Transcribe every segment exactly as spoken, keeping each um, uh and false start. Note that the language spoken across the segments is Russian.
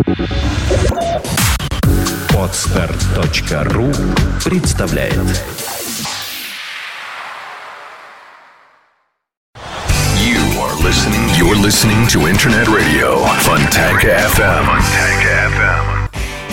Подстер точка ру представляет. You are listening. You're listening to Internet Radio Fontanka эф эм. Fontanka эф эм.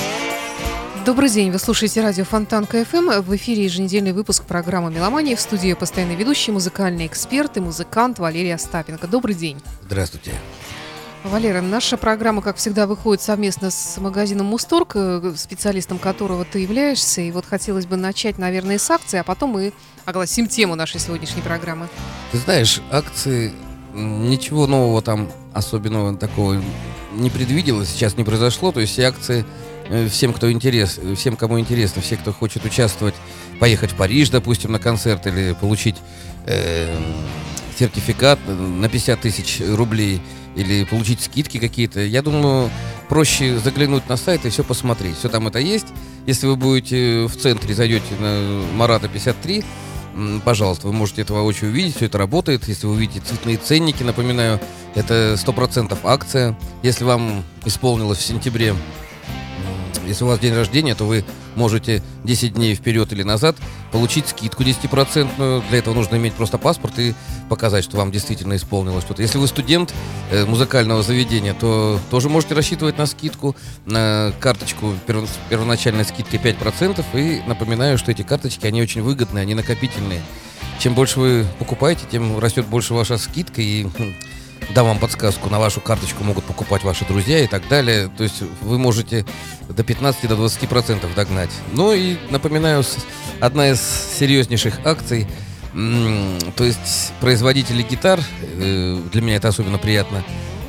Добрый день, вы слушаете радио Фонтанка эф эм. В эфире еженедельный выпуск программы «Меломания». В студии постоянный ведущий, музыкальный эксперт и музыкант Валерий Остапенко. Добрый день. Здравствуйте. Валера, наша программа, как всегда, выходит совместно с магазином «Мусторг», специалистом которого ты являешься. И вот хотелось бы начать, наверное, с акции, а потом мы огласим тему нашей сегодняшней программы. Ты знаешь, акции, ничего нового там особенного такого не предвиделось, сейчас не произошло. То есть все акции, всем, кто интерес, всем, кому интересно, все, кто хочет участвовать, поехать в Париж, допустим, на концерт или получить э, сертификат на пятьдесят тысяч рублей, или получить скидки какие-то, я думаю, проще заглянуть на сайт и все посмотреть. Все там это есть. Если вы будете в центре, зайдете на Марата пятьдесят три, пожалуйста, вы можете это воочию увидеть, все это работает. Если вы увидите цветные ценники, напоминаю, это сто процентов акция. Если вам исполнилось в сентябре, если у вас день рождения, то вы можете десять дней вперед или назад получить скидку десять процентов. Для этого нужно иметь просто паспорт и показать, что вам действительно исполнилось что-то. Если вы студент э, музыкального заведения, то тоже можете рассчитывать на скидку, на карточку перв... первоначальной скидки пять процентов. И напоминаю, что эти карточки, они очень выгодные, они накопительные. Чем больше вы покупаете, тем растет больше ваша скидка. И дам вам подсказку, на вашу карточку могут покупать ваши друзья и так далее. То есть вы можете до пятнадцати, до двадцати процентов догнать. Ну и напоминаю, одна из серьезнейших акций, то есть производители гитар, для меня это особенно приятно,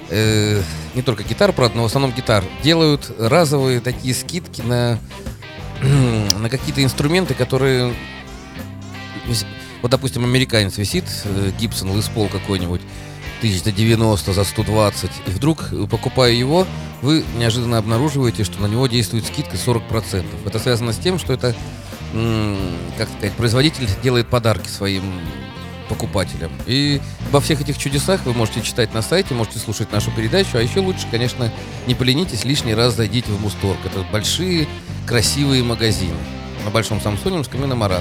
не только гитар, правда, но в основном гитар, делают разовые такие скидки на, на какие-то инструменты, которые... Вот, допустим, американец висит, Гибсон, Лес Пол какой-нибудь, тысяча девяносто за сто двадцать, и вдруг, покупая его, вы неожиданно обнаруживаете, что на него действует скидка сорок процентов. Это связано с тем, что это, как сказать, производитель делает подарки своим покупателям. И обо всех этих чудесах вы можете читать на сайте, можете слушать нашу передачу, а еще лучше, конечно, не поленитесь, лишний раз зайдите в Мусторг. Это большие, красивые магазины на Большом Самсоневском и на Марат.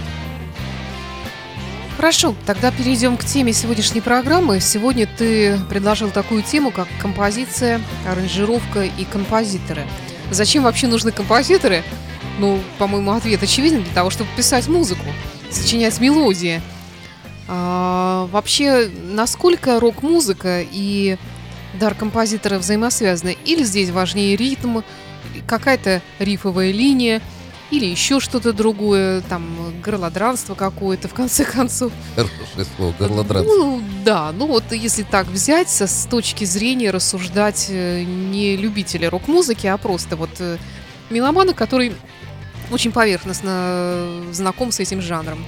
Хорошо, тогда перейдем к теме сегодняшней программы. Сегодня ты предложил такую тему, как композиция, аранжировка и композиторы. Зачем вообще нужны композиторы? Ну, по-моему, ответ очевиден: для того, чтобы писать музыку, сочинять мелодии. А, вообще, насколько рок-музыка и дар композитора взаимосвязаны? Или здесь важнее ритм, какая-то рифовая линия, или еще что-то другое, там, горлодранство какое-то, в конце концов. Хорошее слово, горлодранство. Ну, да, ну вот если так взять, со, с точки зрения рассуждать не любителя рок-музыки, а просто вот меломана, который очень поверхностно знаком с этим жанром.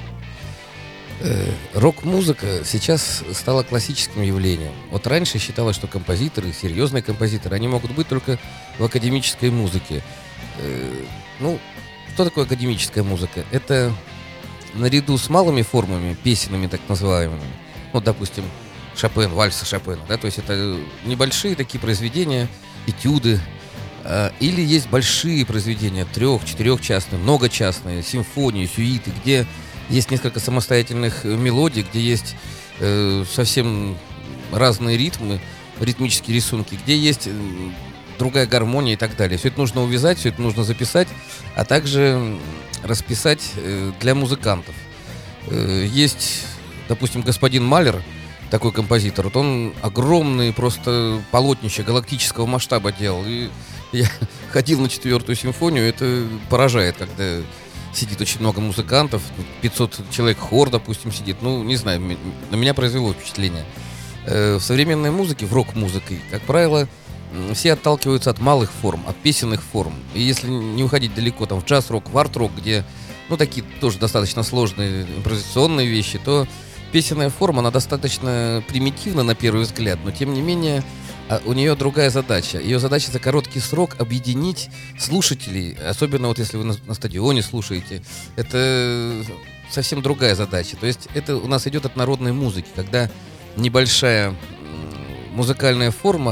Э, рок-музыка сейчас стала классическим явлением. Вот раньше считалось, что композиторы, серьезные композиторы, они могут быть только в академической музыке. Э, ну, Что такое академическая музыка? Это наряду с малыми формами, песенными так называемыми, ну, допустим, Шопен, вальсы Шопена, да, то есть это небольшие такие произведения, этюды, э, или есть большие произведения, трех-, четырехчастные, многочастные, симфонии, сюиты, где есть несколько самостоятельных мелодий, где есть э, совсем разные ритмы, ритмические рисунки, где есть... Э, другая гармония и так далее. Все это нужно увязать, все это нужно записать, а также расписать для музыкантов. Есть, допустим, господин Малер, такой композитор, вот он огромные просто полотнища галактического масштаба делал. И я ходил на четвертую симфонию, это поражает, когда сидит очень много музыкантов, пятьсот человек хор, допустим, сидит. Ну, не знаю, на меня произвело впечатление. В современной музыке, в рок-музыке, как правило, все отталкиваются от малых форм, от песенных форм. И если не уходить далеко, там, в джаз-рок, в арт-рок, где, ну, такие тоже достаточно сложные импровизационные вещи, то песенная форма, она достаточно примитивна на первый взгляд, но, тем не менее, у нее другая задача. Ее задача за короткий срок объединить слушателей, особенно вот если вы на, на стадионе слушаете. Это совсем другая задача. То есть это у нас идет от народной музыки, когда небольшая музыкальная форма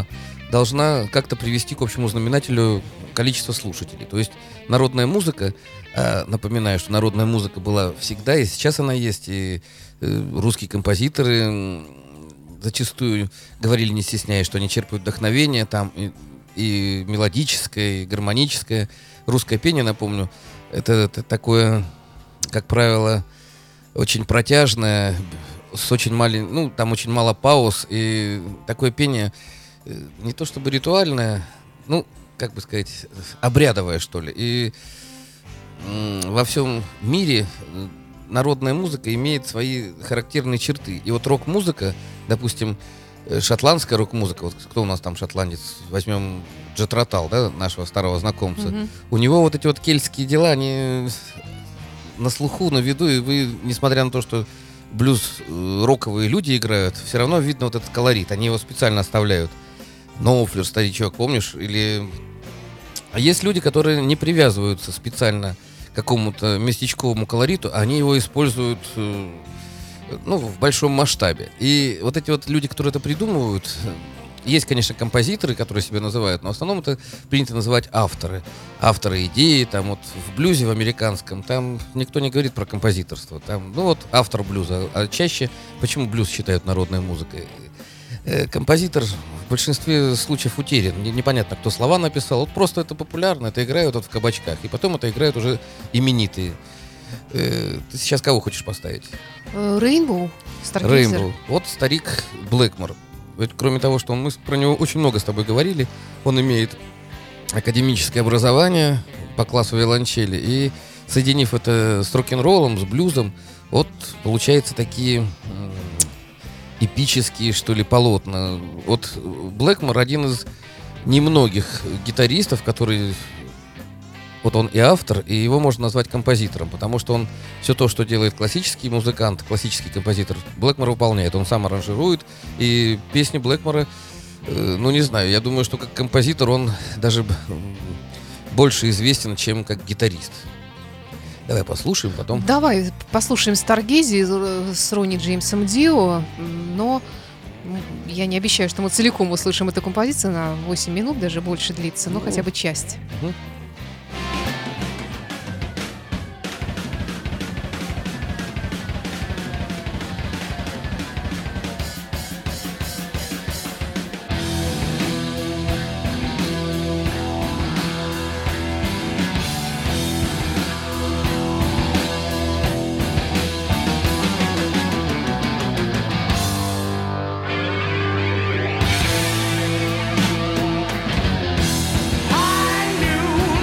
должна как-то привести к общему знаменателю количество слушателей. То есть народная музыка, э, напоминаю, что народная музыка была всегда, и сейчас она есть, и э, русские композиторы э, зачастую говорили, не стесняясь, что они черпают вдохновение там и, и мелодическое, и гармоническое. Русское пение, напомню, это, это такое, как правило, очень протяжное, с очень маленьким, ну, там очень мало пауз, и такое пение э, не то чтобы ритуальное, ну, как бы сказать, обрядовое, что ли. И м, во всем мире народная музыка имеет свои характерные черты. И вот рок-музыка, допустим, шотландская рок-музыка, вот кто у нас там шотландец, возьмем Джет Ротал, да, нашего старого знакомца, mm-hmm. у него вот эти вот кельтские дела, они на слуху, на виду, и вы, несмотря на то, что блюз-роковые люди играют, все равно видно вот этот колорит, они его специально оставляют. Ноуфлер, старичок, помнишь? Или... А есть люди, которые не привязываются специально к какому-то местечковому колориту, они его используют, ну, в большом масштабе. И вот эти вот люди, которые это придумывают, есть, конечно, композиторы, которые себя называют, но в основном это принято называть авторы. Авторы идеи, там вот в блюзе, в американском, там никто не говорит про композиторство. Там, ну вот автор блюза. А чаще, почему блюз считают народной музыкой? Композитор в большинстве случаев утерян. Непонятно, кто слова написал. Вот просто это популярно, это играют вот в кабачках. И потом это играют уже именитые. Ты сейчас кого хочешь поставить? Рейнбоу. Рейнбоу. Вот старик Блэкмор. Ведь кроме того, что он, мы про него очень много с тобой говорили, он имеет академическое образование по классу виолончели. И соединив это с рок-н-роллом, с блюзом, вот получается такие... эпические, что ли, полотна. Вот Блэкмор один из немногих гитаристов, который... Вот он и автор, и его можно назвать композитором, потому что он все то, что делает классический музыкант, классический композитор, Блэкмор выполняет. Он сам аранжирует, и песни Блэкмора, э, ну, не знаю, я думаю, что как композитор он даже больше известен, чем как гитарист. Давай послушаем потом. Давай послушаем Старгейзи с Ронни Джеймсом Дио, но я не обещаю, что мы целиком услышим эту композицию, на восемь минут, даже больше длится, но ну, хотя бы часть. Угу. I knew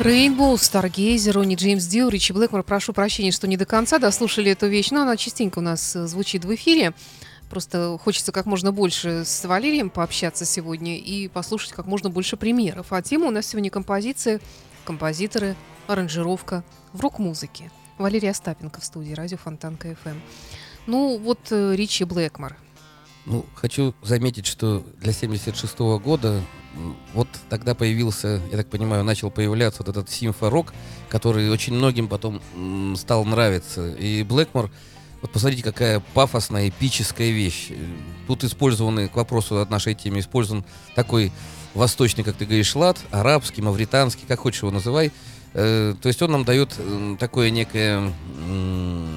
Rainbow, Stargazer, Ронни Джеймс Дио, Ричи Блэкмор. Прошу прощения, что не до конца дослушали эту вещь, но она частенько у нас звучит в эфире. Просто хочется как можно больше с Валерием пообщаться сегодня и послушать как можно больше примеров. А тема у нас сегодня композиция, композиторы, аранжировка в рок-музыке. Валерий Остапенко в студии радио Фонтанка эф эм. Ну, вот Ричи Блэкмор. Ну, хочу заметить, что для семьдесят шестого года вот тогда появился, я так понимаю, начал появляться вот этот симфо-рок, который очень многим потом м, стал нравиться. И Блэкмор, вот посмотрите, какая пафосная, эпическая вещь. Тут использованы, к вопросу от нашей темы, использован такой восточный, как ты говоришь, лад, арабский, мавританский, как хочешь его называй. Э, то есть он нам дает э, такое некое, э,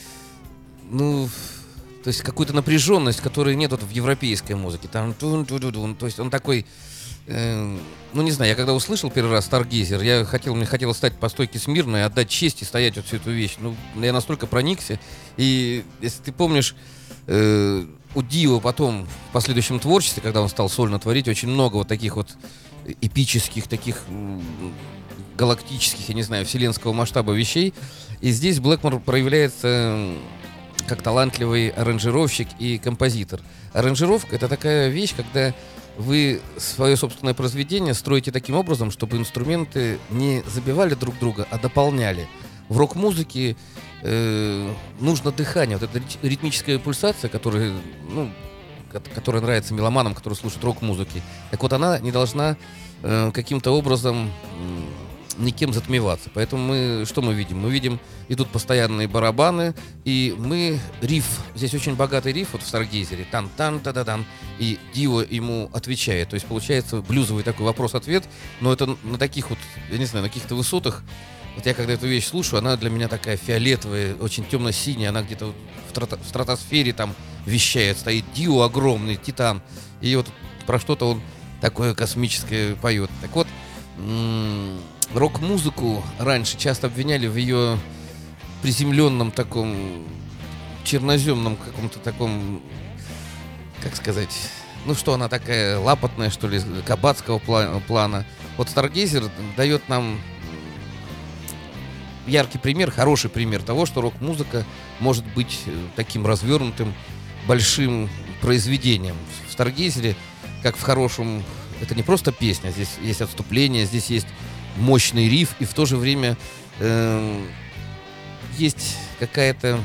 ну... То есть какую-то напряженность, которой нет вот в европейской музыке. Там тун-ту-ду-дун. То есть он такой, э, ну не знаю, я когда услышал первый раз Stargazer, я хотел, мне хотелось стать по стойке смирно и отдать честь и стоять вот всю эту вещь. Ну, я настолько проникся. И если ты помнишь, э, у Дио потом в последующем творчестве, когда он стал сольно творить, очень много вот таких вот эпических, таких э, галактических, я не знаю, вселенского масштаба вещей. И здесь Блэкмор проявляется как талантливый аранжировщик и композитор. Аранжировка — это такая вещь, когда вы свое собственное произведение строите таким образом, чтобы инструменты не забивали друг друга, а дополняли. В рок-музыке э, нужно дыхание, вот эта ритмическая пульсация, которая, ну, которая нравится меломанам, которые слушают рок-музыки. Так вот, она не должна э, каким-то образом э, никем затмеваться. Поэтому мы, что мы видим? Мы видим, идут постоянные барабаны, и мы риф, здесь очень богатый риф вот в Старгейзере, тан-тан-та-да-дан, и Дио ему отвечает. То есть получается блюзовый такой вопрос-ответ, но это на таких вот, я не знаю, на каких-то высотах. Вот я когда эту вещь слушаю, она для меня такая фиолетовая, очень темно-синяя, она где-то в, трото- в стратосфере там вещает, стоит Дио огромный, титан, и вот про что-то он такое космическое поет. Так вот, м- рок-музыку раньше часто обвиняли в ее приземленном таком черноземном каком-то таком, как сказать, ну что она такая лапотная, что ли, кабацкого плана. Вот Stargazer дает нам яркий пример, хороший пример того, что рок-музыка может быть таким развернутым, большим произведением. В Stargazer, как в хорошем, это не просто песня, здесь есть отступление, здесь есть мощный риф, и в то же время э, есть какая-то,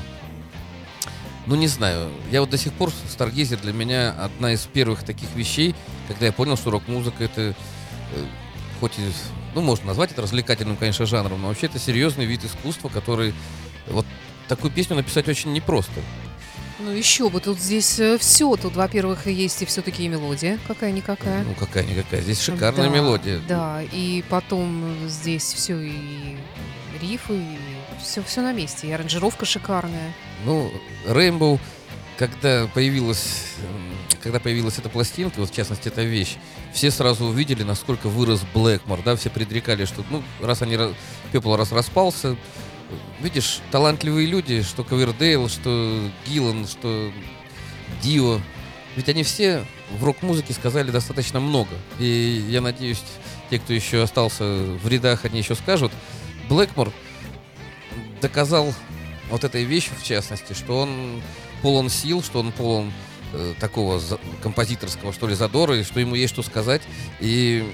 ну не знаю, я вот до сих пор, Stargazer для меня одна из первых таких вещей, когда я понял, что рок-музыка это, э, хоть и, ну можно назвать это развлекательным, конечно, жанром, но вообще это серьезный вид искусства, который, вот такую песню написать очень непросто. Ну еще бы, тут здесь э, все. Тут, во-первых, есть и все-таки и мелодия какая-никакая. Ну какая-никакая, здесь шикарная да, мелодия. Да, и потом здесь все и рифы, и все, все на месте, и аранжировка шикарная. Ну, Rainbow, когда появилась, когда появилась эта пластинка, вот в частности эта вещь, все сразу увидели, насколько вырос Блэкмор, да, все предрекали, что, ну, раз они, Пепл раз распался, видишь, талантливые люди, что Ковердейл, что Гиллан, что Дио, ведь они все в рок-музыке сказали достаточно много. И я надеюсь, те, кто еще остался в рядах, они еще скажут. Блэкмор доказал вот этой вещью, в частности, что он полон сил, что он полон э, такого за- композиторского, что ли, задора, и что ему есть что сказать. И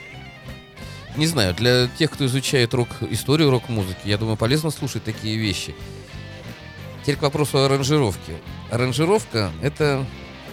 не знаю, для тех, кто изучает рок, историю рок-музыки, я думаю, полезно слушать такие вещи. Теперь к вопросу о аранжировке. Аранжировка — это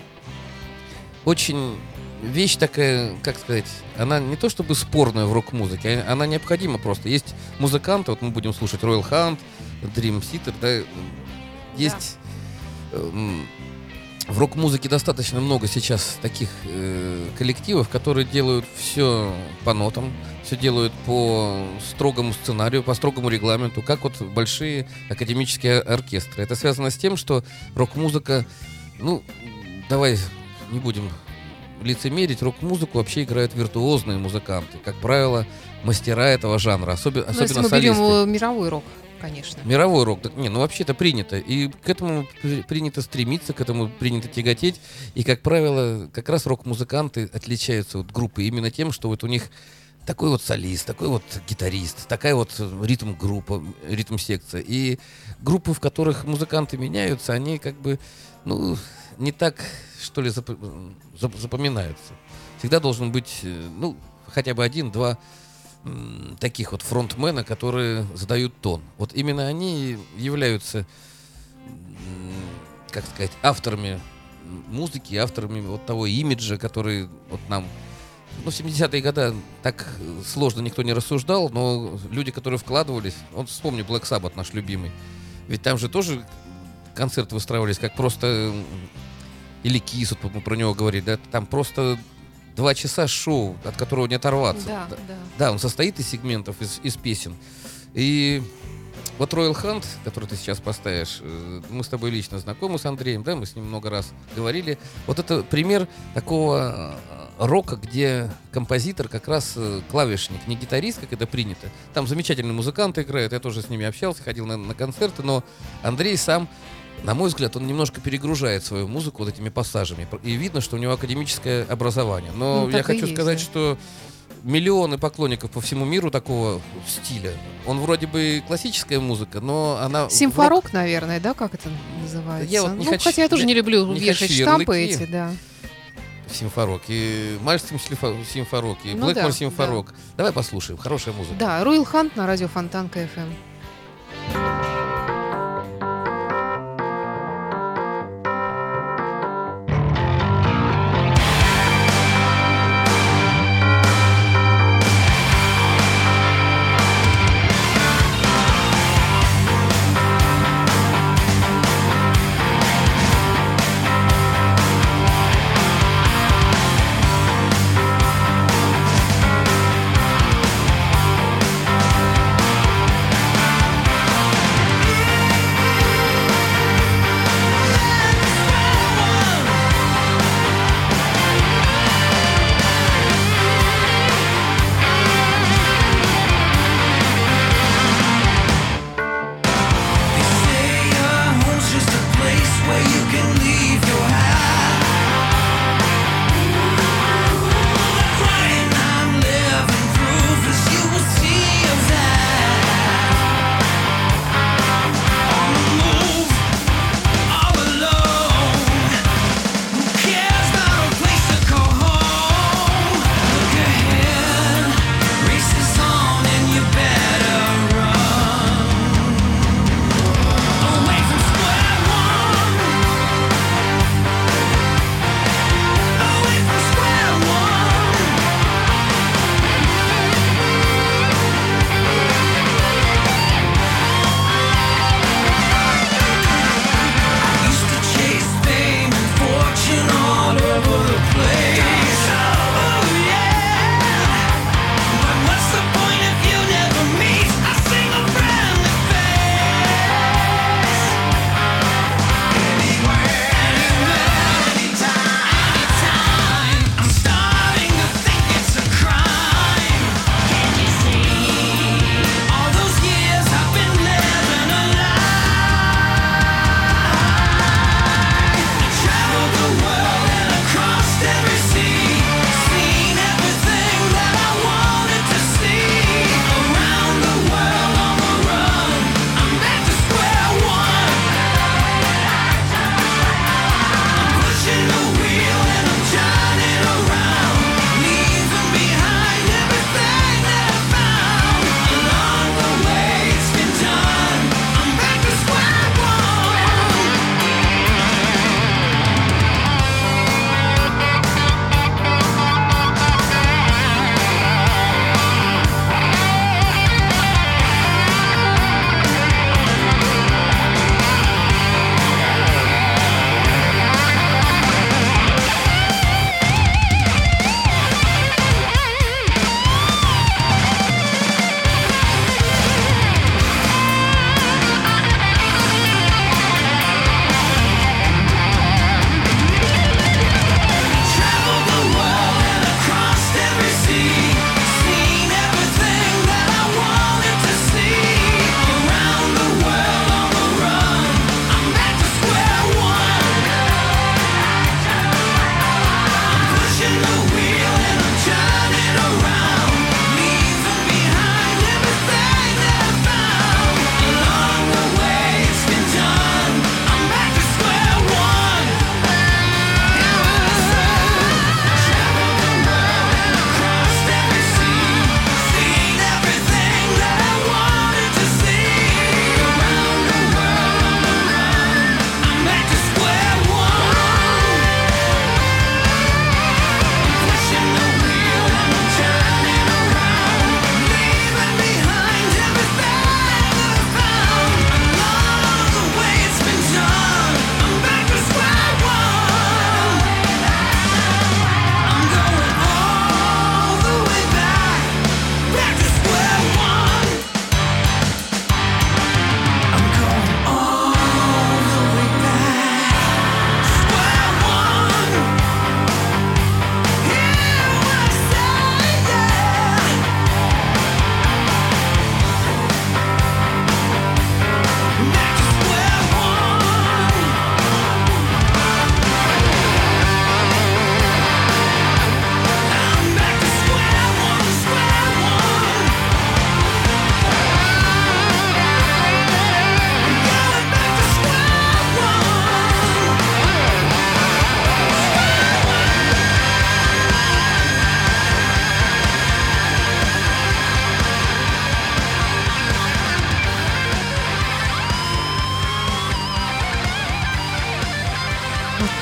очень вещь такая, как сказать, она не то чтобы спорная в рок-музыке, она необходима просто. Есть музыканты, вот мы будем слушать Royal Hunt, Dream Theater, да, есть... Да. Эм, в рок-музыке достаточно много сейчас таких э, коллективов, которые делают все по нотам, все делают по строгому сценарию, по строгому регламенту, как вот большие академические оркестры. Это связано с тем, что рок-музыка, ну, давай не будем лицемерить, рок-музыку вообще играют виртуозные музыканты, как правило, мастера этого жанра, особенно, Ну, особенно если мы солисты. берем мировой рок, конечно. Мировой рок, так, не, ну вообще это принято. И к этому при- принято стремиться, к этому принято тяготеть. И, как правило, как раз рок-музыканты отличаются от группы именно тем, что вот у них такой вот солист, такой вот гитарист, такая вот ритм-группа, ритм-секция. И группы, в которых музыканты меняются, они как бы, ну, не так, что ли, зап- зап- запоминаются. Всегда должен быть, ну, хотя бы один-два м, таких вот фронтмена, которые задают тон. Вот именно они являются, м, как сказать, авторами музыки, авторами вот того имиджа, который вот нам... Ну, в семидесятые годы так сложно никто не рассуждал, но люди, которые вкладывались... Вот вспомни Black Sabbath, наш любимый. Ведь там же тоже концерты выстраивались как просто... Или Kiss, вот мы про него говорили, да? Там просто два часа шоу, от которого не оторваться. Да, да. Да, да, он состоит из сегментов, из, из песен. И вот Royal Hunt, который ты сейчас поставишь, мы с тобой лично знакомы с Андреем, да, мы с ним много раз говорили. Вот это пример такого рока, где композитор как раз клавишник, не гитарист, как это принято. Там замечательные музыканты играют, я тоже с ними общался, ходил на, на концерты, но Андрей сам, на мой взгляд, он немножко перегружает свою музыку вот этими пассажами. И видно, что у него академическое образование. Но ну, я хочу есть, сказать, да. что миллионы поклонников по всему миру такого стиля. Он вроде бы классическая музыка, но она... Симфорок, рок... наверное, да, как это называется? Я вот не ну, хочу- хотя я тоже я не люблю не вешать хочу штампы ярлыки. эти, да. Симфорок. И Мальстим Симфорок, и Ну Блэкмор да, Симфорок. Давай послушаем. Хорошая музыка. Да, Royal Hunt на радио Фонтанка эф эм. Thank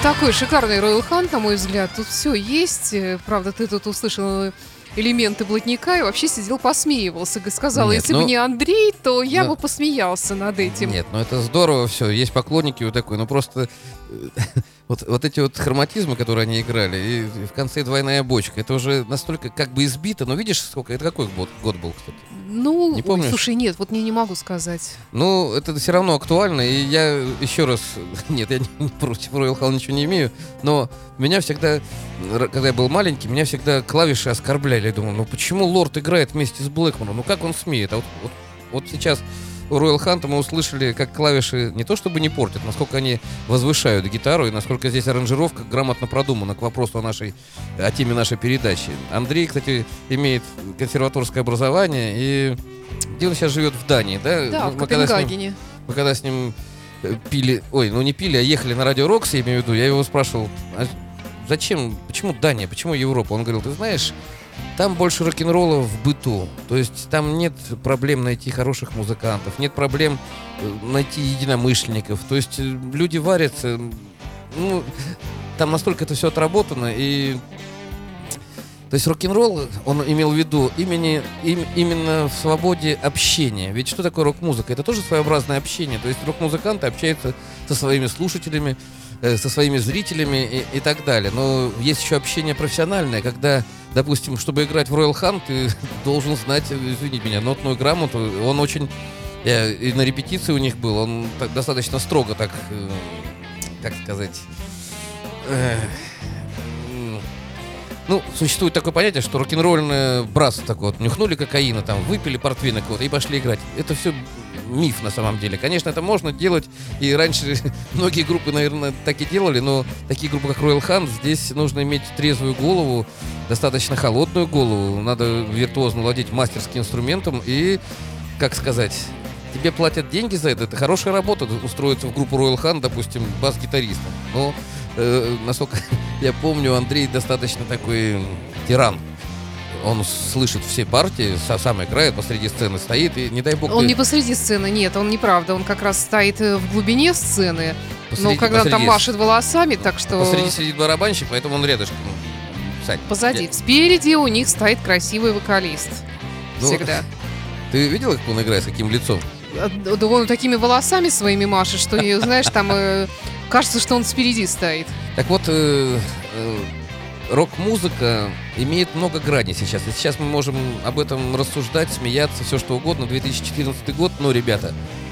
такой шикарный Royal Hunt, на мой взгляд. Тут все есть. Правда, ты тут услышал элементы блатника и вообще сидел, посмеивался. Сказал, Нет, если ну, бы не Андрей, то я ну, бы посмеялся над этим. Нет, ну это здорово все. Есть поклонники вот такой, но просто вот, вот эти вот хроматизмы, которые они играли, и в конце двойная бочка, это уже настолько как бы избито. Но видишь, сколько, это какой год, год был, кстати? Ну, Не помнишь? Ой, слушай, нет, вот не, не могу сказать. Ну, это все равно актуально, и я еще раз, нет, я не против Royal Hunt ничего не имею, но меня всегда, когда я был маленький, меня всегда клавиши оскорбляли. Я думал, ну почему Лорд играет вместе с Блэкмором, ну как он смеет? А вот, вот, вот сейчас у Royal Hunt мы услышали, как клавиши не то чтобы не портят, насколько они возвышают гитару, и насколько здесь аранжировка грамотно продумана к вопросу о нашей, о теме нашей передачи. Андрей, кстати, имеет консерваторское образование, и где он сейчас живет? В Дании, да? Да, мы, в мы когда с ним, Копенгагене. мы когда с ним пили, ой, ну не пили, а ехали на Радио Рокс, я имею в виду, я его спрашивал, а зачем, почему Дания, почему Европа? Он говорил, ты знаешь, там больше рок-н-ролла в быту. То есть там нет проблем найти хороших музыкантов, нет проблем найти единомышленников. То есть люди варятся. Ну, там настолько это все отработано. И... То есть рок-н-ролл, он имел в виду имени, им, именно в свободе общения. Ведь что такое рок-музыка? Это тоже своеобразное общение. То есть рок-музыканты общаются со своими слушателями, со своими зрителями и, и так далее. Но есть еще общение профессиональное, когда, допустим, чтобы играть в Royal Hunt, ты должен знать, извините меня, нотную грамоту. Он очень... Я и на репетиции у них был, он так, достаточно строго так, э, как сказать... Э, ну, существует такое понятие, что рок-н-ролльное братство такое вот. Нюхнули кокаина, там, выпили портвейна какого-то и пошли играть. Это все миф на самом деле. Конечно, это можно делать, и раньше многие группы, наверное, так и делали, но такие группы, как Royal Hunt, здесь нужно иметь трезвую голову, достаточно холодную голову, надо виртуозно владеть мастерским инструментом и, как сказать, тебе платят деньги за это, это хорошая работа, устроиться в группу Royal Hunt, допустим, бас-гитаристом. Но, э, насколько я помню, Андрей достаточно такой тиран. Он слышит все партии, сам играет, посреди сцены стоит, и не дай бог... Он ты... не посреди сцены, нет, он неправда, он как раз стоит в глубине сцены, Посреди, но когда посреди, там машет волосами, так что... Посреди сидит барабанщик, поэтому он рядышком. Сань, Позади. я... Спереди у них стоит красивый вокалист. Ну, Всегда. Ты видел, как он играет, с каким лицом? Да он такими волосами своими машет, что, знаешь, там э, кажется, что он спереди стоит. Так вот, э, э, рок-музыка имеет много граней сейчас. И сейчас мы можем об этом рассуждать, смеяться, все что угодно. две тысячи четырнадцатый год, но, ребята,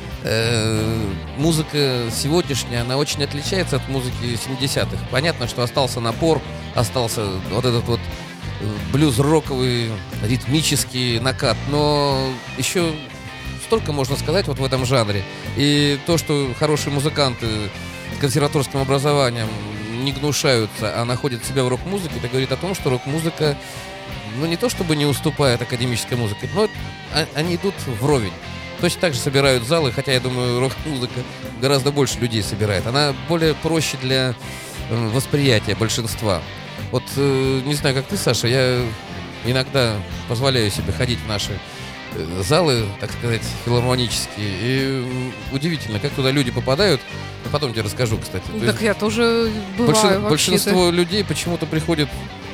э, музыка сегодняшняя, она очень отличается от музыки семидесятых. Понятно, что остался напор, остался вот этот вот блюз-роковый ритмический накат, но еще столько можно сказать вот в этом жанре. И то, что хорошие музыканты с консерваторским образованием не гнушаются, а находят себя в рок-музыке, это говорит о том, что рок-музыка, ну не то чтобы не уступает академической музыке, но они идут вровень. Точно так же собирают залы, хотя я думаю, рок-музыка гораздо больше людей собирает. Она более проще для восприятия большинства. Вот, э, не знаю, как ты, Саша, я иногда позволяю себе ходить в наши э, залы, так сказать, филармонические. И э, удивительно, как туда люди попадают. Я потом тебе расскажу, кстати. То Так есть я тоже бываю большин, вообще-то. Большинство людей почему-то приходят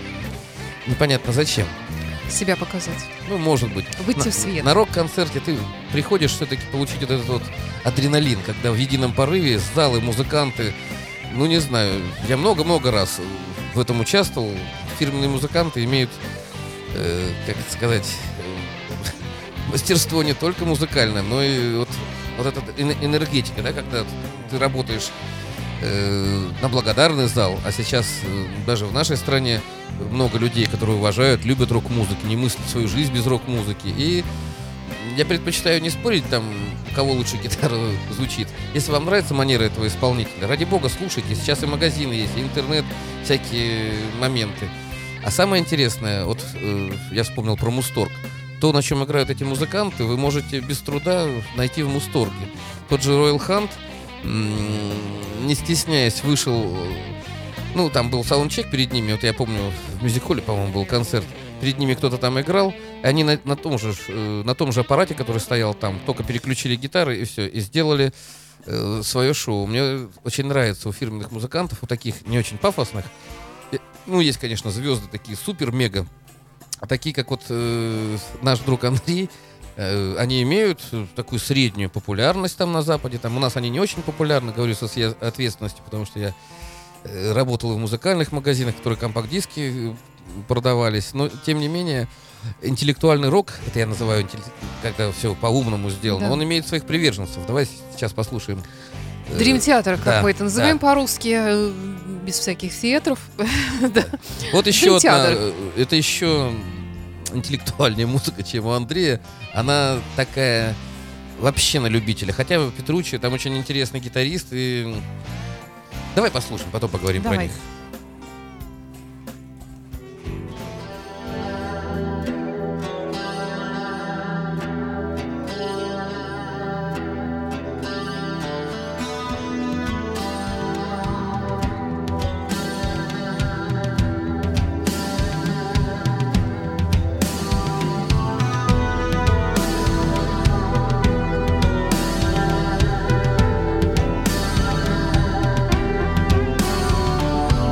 непонятно зачем. Себя показать. Ну, может быть. Выйти на, в свет. На рок-концерте ты приходишь все-таки получить вот этот вот адреналин, когда в едином порыве залы, музыканты, ну, не знаю, я много-много раз в этом участвовал. Фирменные музыканты имеют, э, как это сказать, э, мастерство не только музыкальное, но и вот, вот эта энергетика, да, когда ты работаешь э, на благодарный зал, а сейчас э, даже в нашей стране много людей, которые уважают, любят рок-музыку, не мыслят свою жизнь без рок-музыки. И я предпочитаю не спорить, там, у кого лучше гитара звучит. Если вам нравится манера этого исполнителя, ради бога, слушайте. Сейчас и магазины есть, и интернет, всякие моменты. А самое интересное, вот э, я вспомнил про Мусторг. То, на чем играют эти музыканты, вы можете без труда найти в Мусторге. Тот же Royal Hunt, м- не стесняясь, вышел... Ну, там был саундчек перед ними. Вот я помню, в мюзик-холле, по-моему, был концерт. Перед ними кто-то там играл. Они на, на, том же, э, на том же аппарате, который стоял там, только переключили гитары и все. И сделали э, свое шоу. Мне очень нравится у фирменных музыкантов, у таких не очень пафосных. Э, ну, есть, конечно, звезды такие супер-мега. А такие, как вот э, наш друг Андрей, э, они имеют такую среднюю популярность там на Западе. Там у нас они не очень популярны, говорю со всей ответственностью, потому что я э, работал в музыкальных магазинах, которые компакт-диски продавались. Но, тем не менее, интеллектуальный рок, это я называю, когда все по-умному сделано, да. Он имеет своих приверженцев. Давай сейчас послушаем. Дрим-театр, как да, мы это называем да. по-русски, без всяких театров. Вот еще одна, это еще интеллектуальнее музыка, чем у Андрея. Она такая вообще на любителя. Хотя Петруччи там очень интересный гитарист. И... Давай послушаем, потом поговорим Давай. про них. Thank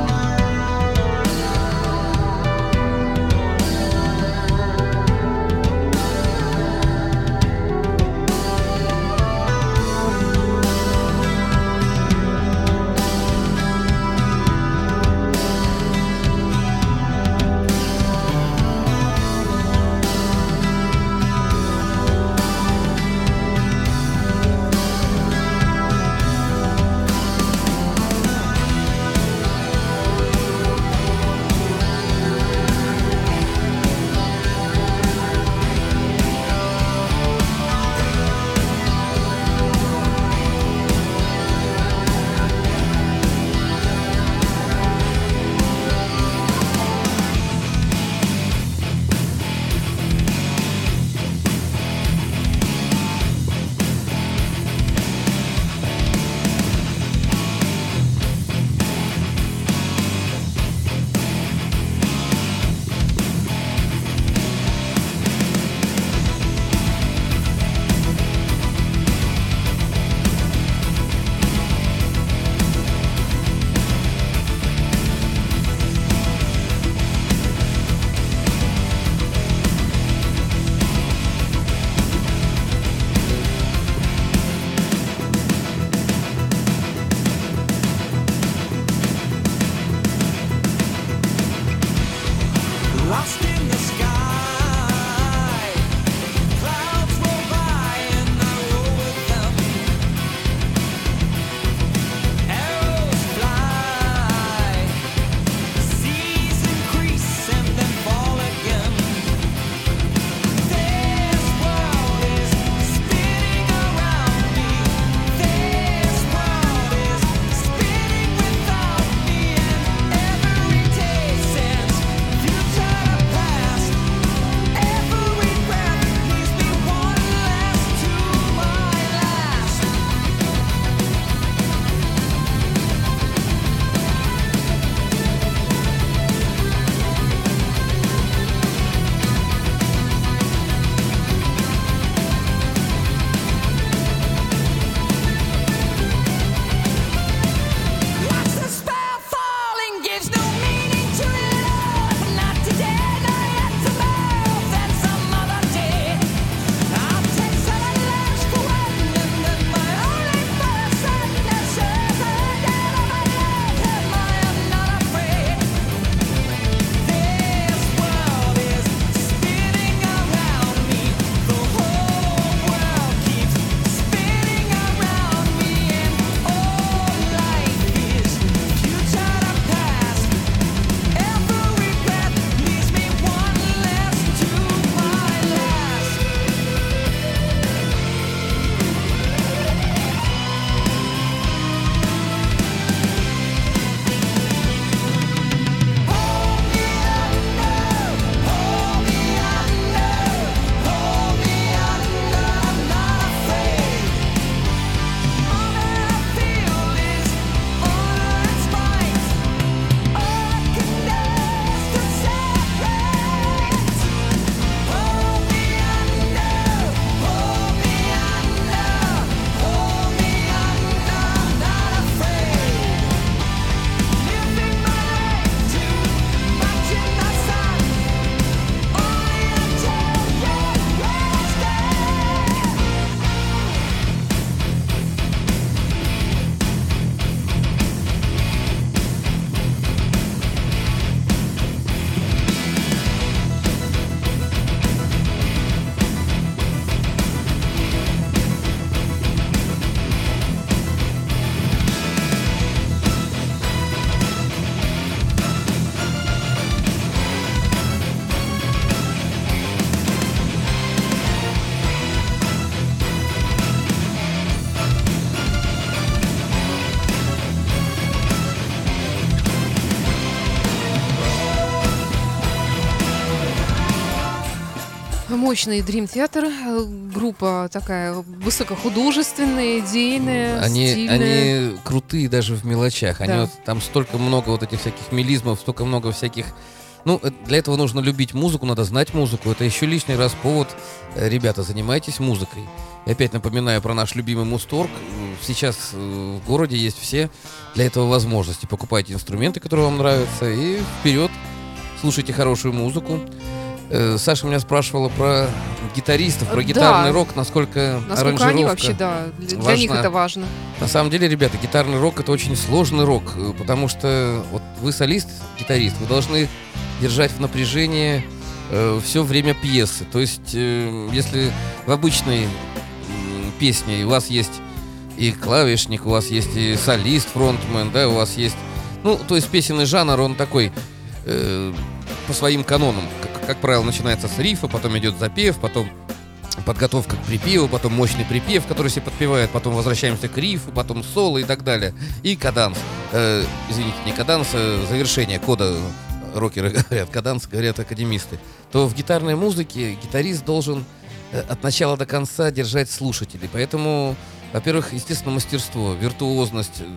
Мощный Dream Theater, группа такая высокохудожественная, идейная, Они, стильная. они крутые даже в мелочах. Они Да. вот, там столько много вот этих всяких мелизмов, столько много всяких... Ну, э, для этого нужно любить музыку, надо знать музыку. Это еще лишний раз повод. Э, Ребята, занимайтесь музыкой. И опять напоминаю про наш любимый Мусторг. М, Сейчас э, в городе есть все для этого возможности. Покупайте инструменты, которые вам нравятся, и вперед, слушайте хорошую музыку. Э, Саша меня спрашивала про гитаристов, про Да. гитарный рок, насколько, Насколько аранжировка они вообще, да, для, для них важна. это важно. На самом деле, ребята, гитарный рок — это очень сложный рок, э, потому что вот вы солист, гитарист, вы должны держать в напряжении все время пьесы. То есть, э, если в обычной м, песне у вас есть и клавишник, у вас есть и солист, фронтмен, да, у вас есть... Ну, то есть песенный жанр, он такой э, по своим канонам. Как, как правило, начинается с рифа, потом идет запев, потом подготовка к припеву, потом мощный припев, который все подпевает, потом возвращаемся к рифу, потом соло и так далее. И каданс. Э, извините, не каданс, а завершение кода. Рокеры говорят, каданс, говорят академисты. То в гитарной музыке гитарист должен э, от начала до конца держать слушателей. Поэтому, во-первых, естественно, мастерство, виртуозность э,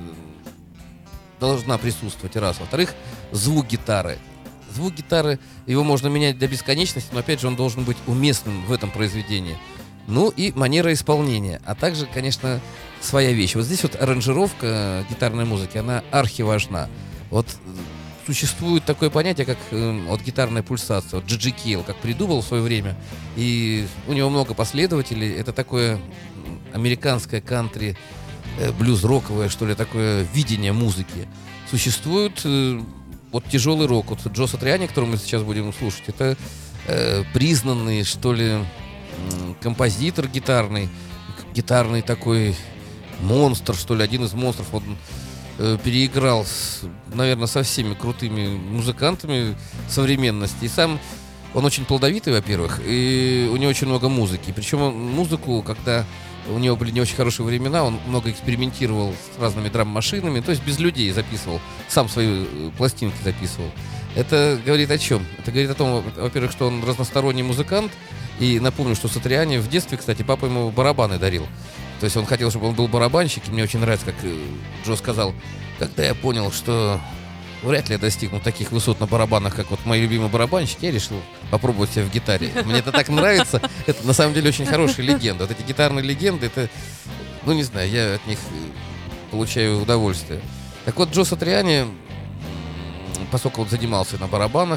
должна присутствовать, раз. Во-вторых, звук гитары. Звук гитары, его можно менять до бесконечности, но, опять же, он должен быть уместным в этом произведении. Ну и манера исполнения, а также, конечно, своя вещь. Вот здесь вот аранжировка гитарной музыки, она архиважна. Вот существует такое понятие, как э, вот гитарная пульсация. Вот Джи Джи Кейл как придумал в свое время, и у него много последователей. Это такое американское кантри, э, блюз-роковое, что ли, такое видение музыки. Существует э, вот тяжелый рок. Вот Джо Сатриани, который мы сейчас будем слушать, это э, признанный, что ли, э, композитор гитарный, гитарный такой монстр, что ли, один из монстров. Он э, переиграл, с, наверное, со всеми крутыми музыкантами современности. И сам он очень плодовитый, во-первых, и у него очень много музыки. Причем он музыку, когда у него были не очень хорошие времена, он много экспериментировал с разными драм-машинами, то есть без людей записывал, сам свои пластинки записывал. Это говорит о чем? Это говорит о том, во-первых, что он разносторонний музыкант. И напомню, что Сатриани в детстве, кстати, папа ему барабаны дарил. То есть он хотел, чтобы он был барабанщик. И мне очень нравится, как Джо сказал, когда я понял, что вряд ли я достигну таких высот на барабанах, как вот мои любимые барабанщики, я решил попробовать себя в гитаре. Мне это так нравится. Это на самом деле очень хорошая легенда. Вот эти гитарные легенды, это, ну не знаю, я от них получаю удовольствие. Так вот, Джо Сатриани, поскольку он занимался на барабанах,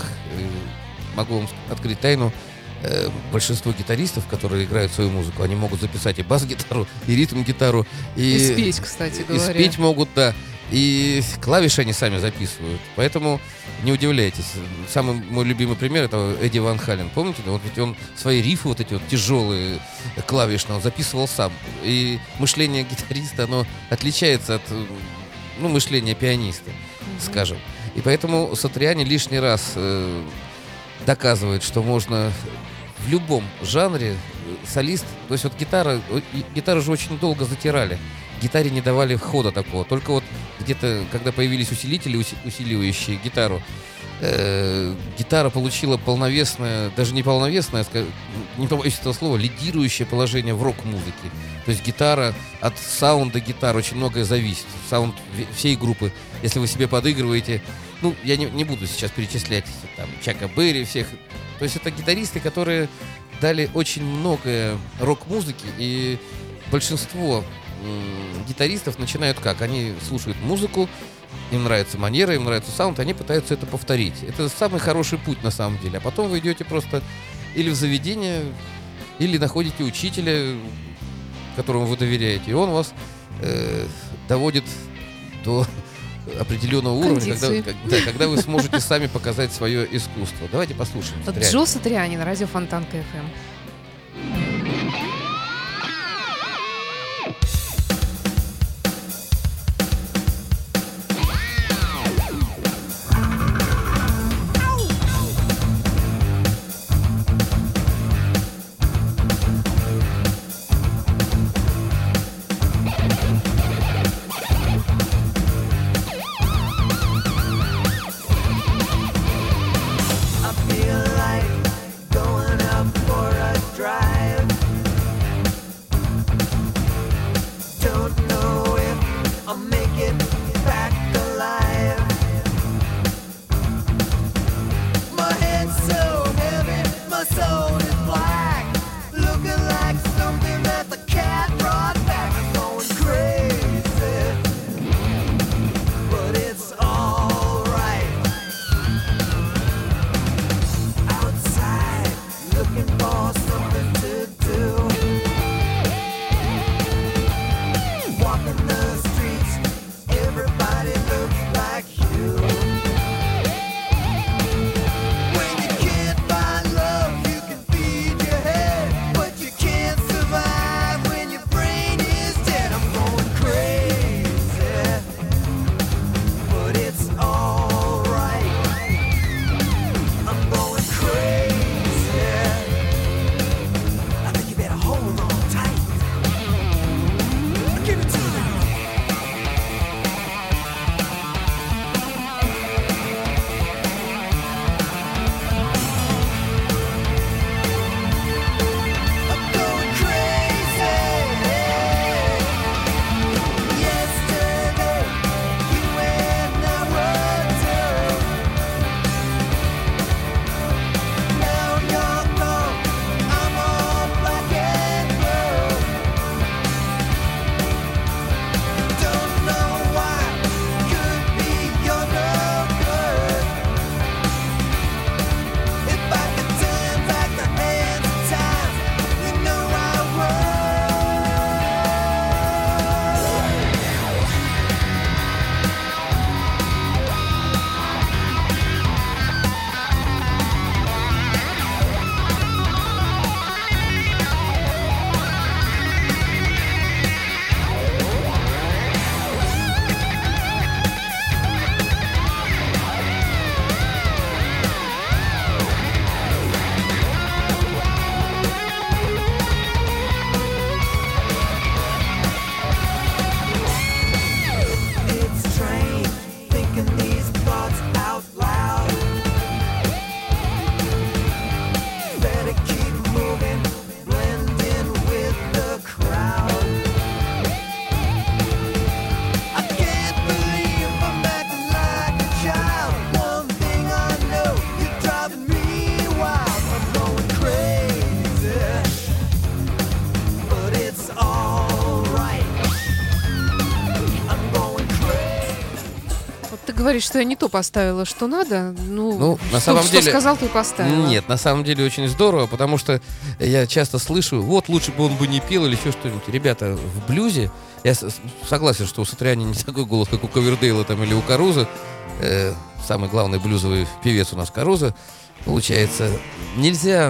могу вам открыть тайну, большинство гитаристов, которые играют свою музыку, они могут записать и бас-гитару, и ритм-гитару, и, И спеть, кстати говоря. И спеть могут, да. И клавиши они сами записывают. Поэтому не удивляйтесь. Самый мой любимый пример — это Эдди Ван Хален. Помните? Вот ведь он свои рифы вот эти вот тяжелые, клавишные, он записывал сам. И мышление гитариста, оно отличается от, ну, мышления пианиста, mm-hmm. скажем. И поэтому Сатриани лишний раз э, доказывает, что можно в любом жанре солист, то есть вот гитара, гитару же очень долго затирали, гитаре не давали хода такого, только вот где-то, когда появились усилители, усиливающие гитару, э, гитара получила полновесное, даже не полновесное, не побоюсь этого слова, лидирующее положение в рок-музыке. То есть гитара, от саунда гитары очень многое зависит, саунд всей группы, если вы себе подыгрываете. Ну, я не, не буду сейчас перечислять там Чака Берри, всех. То есть это гитаристы, которые дали очень многое рок-музыки, и большинство м- гитаристов начинают как? Они слушают музыку, им нравится манера, им нравится саунд, они пытаются это повторить. Это самый хороший путь на самом деле. А потом вы идете просто или в заведение, или находите учителя, которому вы доверяете, и он вас э, доводит до определенного уровня, когда, когда, когда вы сможете сами показать свое искусство. Давайте послушаем. Джо Сатриани на радио Фонтанка эф эм. Going up for a говоришь, что я не то поставила, что надо. Ну, Ну, на что, самом что деле- сказал, ты и поставила. Нет, на самом деле очень здорово, потому что я часто слышу, вот лучше бы он бы не пел или еще что-нибудь. Ребята, в блюзе, я с- согласен, что у Сатриани не такой голос, как у Ковердейла там, или у Каруза. Э, самый главный блюзовый певец у нас Каруза. Получается, нельзя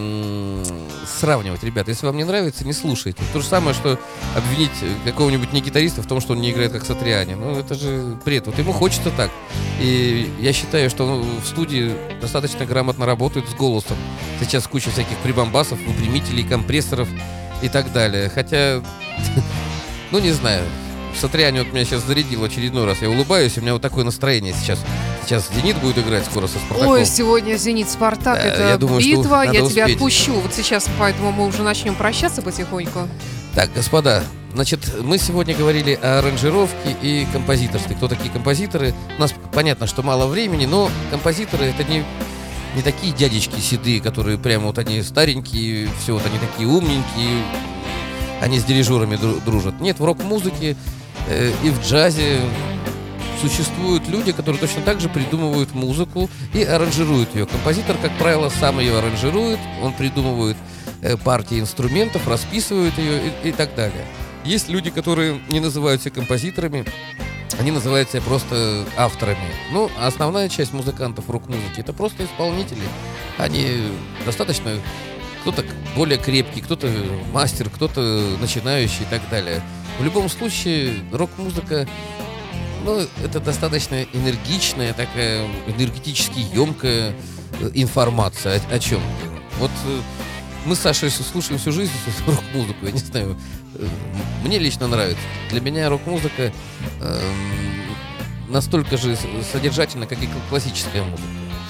м, сравнивать, ребята. Если вам не нравится, не слушайте. То же самое, что обвинить какого-нибудь не гитариста в том, что он не играет как Сатриани. Ну, это же бред. Вот ему хочется так. И я считаю, что он в студии достаточно грамотно работает с голосом. Сейчас куча всяких прибамбасов, выпрямителей, компрессоров и так далее. Хотя, ну, не знаю. Сатриани вот меня сейчас зарядил очередной раз. Я улыбаюсь, у меня вот такое настроение сейчас. Сейчас «Зенит» будет играть скоро со «Спартаком». Ой, сегодня «Зенит-Спартак» Да, это я думаю, что битва, надо я тебя успеть. отпущу. Вот сейчас, поэтому мы уже начнем прощаться потихоньку. Так, господа, значит, мы сегодня говорили о аранжировке и композиторстве. Кто такие композиторы? У нас понятно, что мало времени, но композиторы — это не, не такие дядечки седые, которые прямо вот они старенькие, все, вот они такие умненькие, они с дирижерами дру- дружат. Нет, в рок-музыке э, и в джазе существуют люди, которые точно так же придумывают музыку и аранжируют ее. Композитор, как правило, сам ее аранжирует, он придумывает э, партии инструментов, расписывает ее и, и так далее. Есть люди, которые не называют себя композиторами, они называют себя просто авторами. Ну, а основная часть музыкантов рок-музыки — это просто исполнители. Они достаточно... Кто-то более крепкий, кто-то мастер, кто-то начинающий и так далее. В любом случае, рок-музыка, ну, это достаточно энергичная, такая энергетически емкая э, информация о, о чем. Вот э, мы с Сашей слушаем всю жизнь рок-музыку, я не знаю, э, мне лично нравится. Для меня рок-музыка э, настолько же содержательна, как и классическая музыка.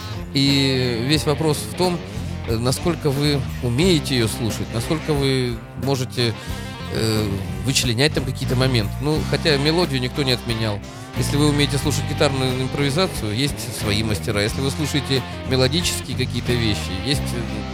И весь вопрос в том, э, насколько вы умеете ее слушать, насколько вы можете э, вычленять там какие-то моменты. Ну, хотя мелодию никто не отменял. Если вы умеете слушать гитарную импровизацию, есть свои мастера. Если вы слушаете мелодические какие-то вещи, есть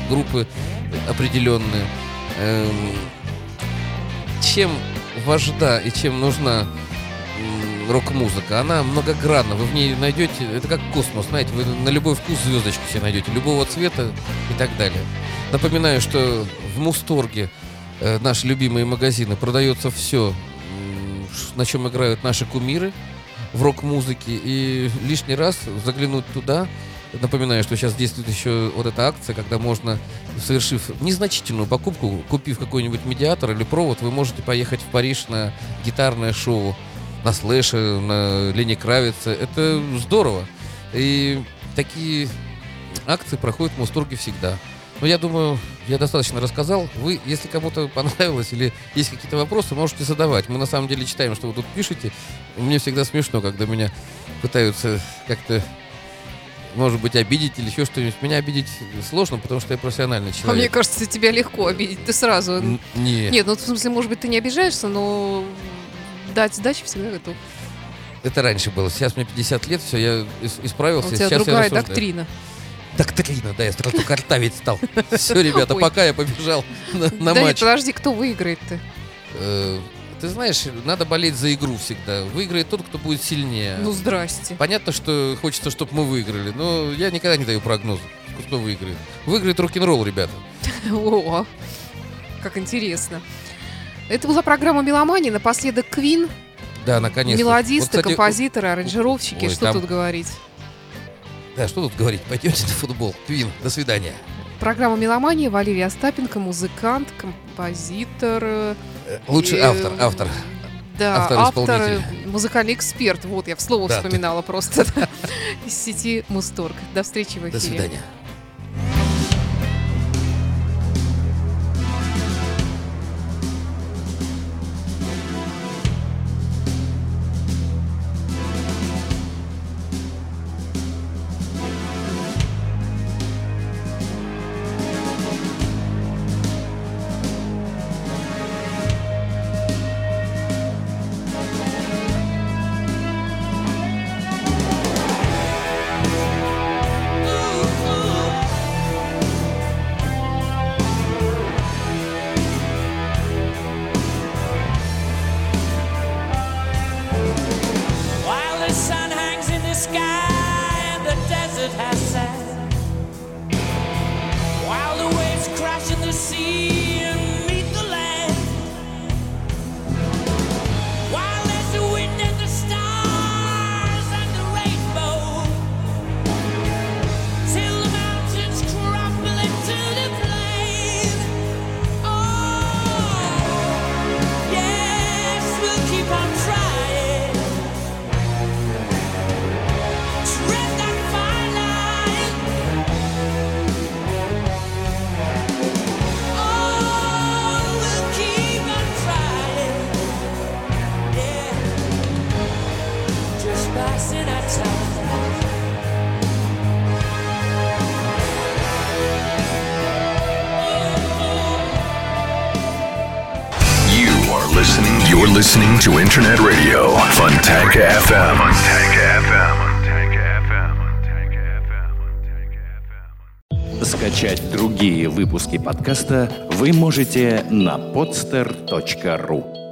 группы определенные. Эм, чем важна и чем нужна рок-музыка, она многогранна, вы в ней найдете, это как космос, знаете, вы на любой вкус звездочку себе найдете, любого цвета и так далее. Напоминаю, что в Мусторге, э, наши любимые магазины, продается все, на чем играют наши кумиры в рок-музыке, и лишний раз заглянуть туда. Напоминаю, что сейчас действует еще вот эта акция, когда можно, совершив незначительную покупку, купив какой-нибудь медиатор или провод, вы можете поехать в Париж на гитарное шоу, на Слэше, на Лене Кравице. Это здорово. И такие акции проходят в Мусторге всегда. Но я думаю, я достаточно рассказал. Вы, если кому-то понравилось или есть какие-то вопросы, можете задавать. Мы на самом деле читаем, что вы тут пишете. Мне всегда смешно, когда меня пытаются как-то, может быть, обидеть или еще что-нибудь. Меня обидеть сложно, потому что я профессиональный человек. А мне кажется, тебя легко обидеть. Ты сразу... Н- нет. Нет, ну в смысле, может быть, ты не обижаешься, но дать сдачи всегда готов. Это раньше было. Сейчас мне пятьдесят лет, все, я исправился. У тебя Сейчас другая я рассуждаю. доктрина. Доктрина, да, я сразу картавить стал. Все, ребята, Ой. пока я побежал на, на Да нет, матч. подожди, кто выиграет-то? Э, Ты знаешь, надо болеть за игру всегда. Выиграет тот, кто будет сильнее. Ну, здрасте. Понятно, что хочется, чтобы мы выиграли, но я никогда не даю прогнозы, кто выиграет. Выиграет рок-н-ролл, ребята. О, как интересно. Это была программа «Меломания». Напоследок Квин. Да, наконец-то. Мелодисты, Вот, кстати, композиторы, аранжировщики. ой, Что там- тут говорить? Да, что тут говорить? Пойдемте на футбол. Квин, до свидания. Программа «Меломания». Валерий Остапенко, музыкант, композитор. Э, Лучший э, автор, автор. Да, Автор, автор, исполнитель. музыкальный эксперт. Вот, я вслух Да, вспоминала просто. да, Из сети Мусторг. До встречи в эфире. До свидания. While the sun hangs in the sky and the desert has sand, while the waves crash in the sea and meet the land, while there's the wind and the stars and the rainbow, till the mountains crumble into the plain. Oh, yes, we'll keep on trying. Tread that fine line. Oh, we'll keep on trying. Yeah, just passing our time. You are listening. You're listening to Internet Radio Fontanka эф эм. Fontanka эф эм. Скачать другие выпуски подкаста вы можете на podster точка ру.